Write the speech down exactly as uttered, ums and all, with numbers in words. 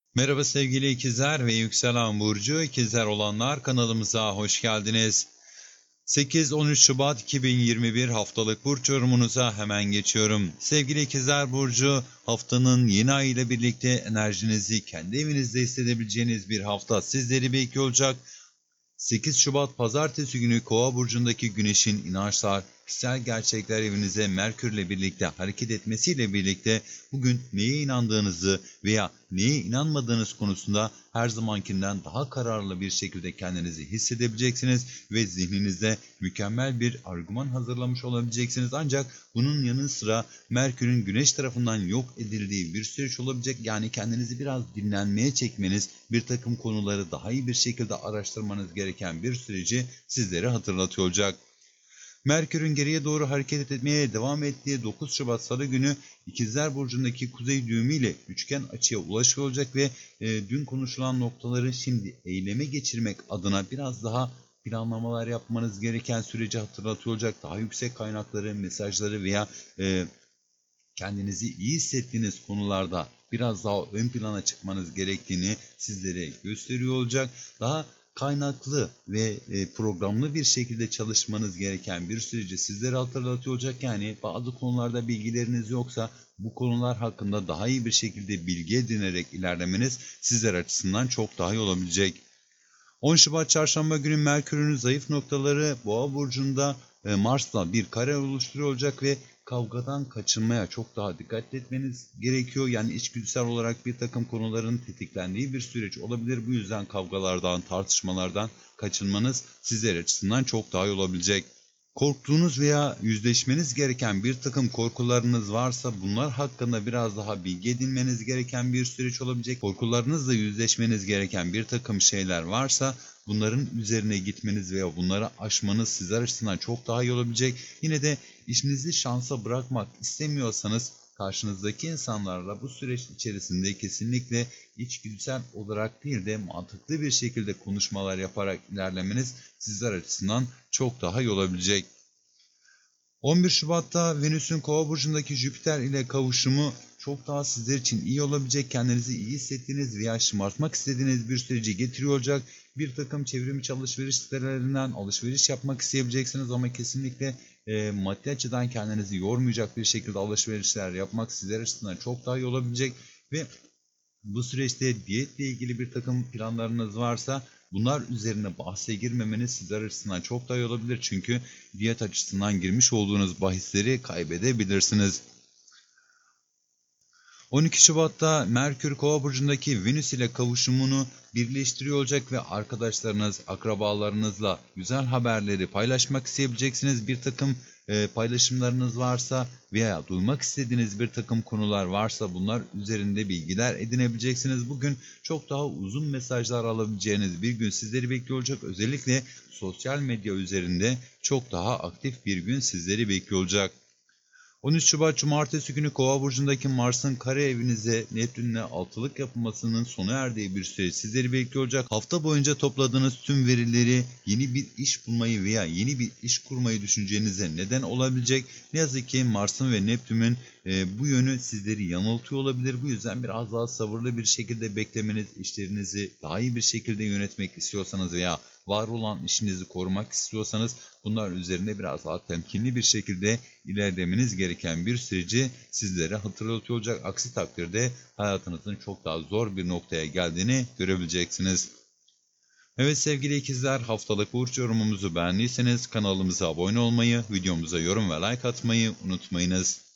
Merhaba sevgili ikizler ve yükselen burcu ikizler olanlar, kanalımıza hoş geldiniz. sekiz on üç Şubat iki bin yirmi bir haftalık burç yorumunuza hemen geçiyorum. Sevgili ikizler burcu, haftanın yeni ay ile birlikte enerjinizi kendi evinizde hissedebileceğiniz bir hafta sizleri bekliyor olacak. sekiz Şubat Pazartesi günü Kova burcundaki Güneş'in inançlar, kişisel gerçekler evinize Merkürle birlikte hareket etmesiyle birlikte bugün neye inandığınızı veya neye inanmadığınız konusunda her zamankinden daha kararlı bir şekilde kendinizi hissedebileceksiniz ve zihninizde mükemmel bir argüman hazırlamış olabileceksiniz. Ancak bunun yanı sıra Merkür'ün Güneş tarafından yok edildiği bir süreç olabilecek. Yani kendinizi biraz dinlenmeye çekmeniz, bir takım konuları daha iyi bir şekilde araştırmanız gereken bir süreci sizlere hatırlatıyor olacak. Merkür'ün geriye doğru hareket etmeye devam ettiği dokuz Şubat Salı günü İkizler Burcu'ndaki kuzey düğümü ile üçgen açıya ulaşıyor olacak ve e, dün konuşulan noktaları şimdi eyleme geçirmek adına biraz daha planlamalar yapmanız gereken süreci hatırlatıyor olacak. Daha yüksek kaynakları, mesajları veya e, kendinizi iyi hissettiğiniz konularda biraz daha ön plana çıkmanız gerektiğini sizlere gösteriyor olacak. Daha kaynaklı ve programlı bir şekilde çalışmanız gereken bir süreci sizlere hatırlatıyor olacak. Yani bazı konularda bilgileriniz yoksa bu konular hakkında daha iyi bir şekilde bilgi edinerek ilerlemeniz sizler açısından çok daha iyi olabilecek. on Şubat Çarşamba günü Merkür'ün zayıf noktaları Boğa burcunda Mars'la bir kare oluşturuyor olacak ve kavgadan kaçınmaya çok daha dikkatli etmeniz gerekiyor. Yani içgüdüsel olarak bir takım konuların tetiklendiği bir süreç olabilir. Bu yüzden kavgalardan, tartışmalardan kaçınmanız sizler açısından çok daha iyi olabilecek. Korktuğunuz veya yüzleşmeniz gereken bir takım korkularınız varsa bunlar hakkında biraz daha bilgi edinmeniz gereken bir süreç olabilecek. Korkularınızla yüzleşmeniz gereken bir takım şeyler varsa bunların üzerine gitmeniz veya bunları aşmanız sizler açısından çok daha iyi olabilecek. Yine de işinizi şansa bırakmak istemiyorsanız karşınızdaki insanlarla bu süreç içerisinde kesinlikle içgüdüsel olarak değil de mantıklı bir şekilde konuşmalar yaparak ilerlemeniz sizler açısından çok daha iyi olabilecek. on bir Şubat'ta Venüs'ün Kova burcundaki Jüpiter ile kavuşumu çok daha sizler için iyi olabilecek. Kendinizi iyi hissettiğiniz veya şımartmak istediğiniz bir süreci getiriyor olacak. Bir takım çevrimiçi alışveriş sitelerinden alışveriş yapmak isteyebileceksiniz ama kesinlikle e, maddi açıdan kendinizi yormayacak bir şekilde alışverişler yapmak sizler açısından çok daha iyi olabilecek. Ve bu süreçte diyetle ilgili bir takım planlarınız varsa bunlar üzerine bahse girmemeniz sizler açısından çok daha iyi olabilir. Çünkü diyet açısından girmiş olduğunuz bahisleri kaybedebilirsiniz. on iki Şubat'ta Merkür Kova burcundaki Venüs ile kavuşumunu birleştiriyor olacak ve arkadaşlarınız, akrabalarınızla güzel haberleri paylaşmak isteyebileceksiniz. Bir takım e, paylaşımlarınız varsa veya duymak istediğiniz bir takım konular varsa bunlar üzerinde bilgiler edinebileceksiniz. Bugün çok daha uzun mesajlar alabileceğiniz bir gün sizleri bekliyor olacak. Özellikle sosyal medya üzerinde çok daha aktif bir gün sizleri bekliyor olacak. on üç Şubat Cumartesi günü Kova burcundaki Mars'ın kare evinize Neptün'le altılık yapılmasının sona erdiği bir süreç sizleri bekliyor olacak. Hafta boyunca topladığınız tüm verileri yeni bir iş bulmayı veya yeni bir iş kurmayı düşüncenize neden olabilecek. Ne yazık ki Mars'ın ve Neptün'ün e, bu yönü sizleri yanıltıyor olabilir. Bu yüzden biraz daha sabırlı bir şekilde beklemeniz, işlerinizi daha iyi bir şekilde yönetmek istiyorsanız veya var olan işinizi korumak istiyorsanız bunlar üzerinde biraz daha temkinli bir şekilde ilerlemeniz gereken bir süreci sizlere hatırlatıyor olacak. Aksi takdirde hayatınızın çok daha zor bir noktaya geldiğini görebileceksiniz. Evet sevgili ikizler, haftalık burç yorumumuzu beğendiyseniz kanalımıza abone olmayı, videomuza yorum ve like atmayı unutmayınız.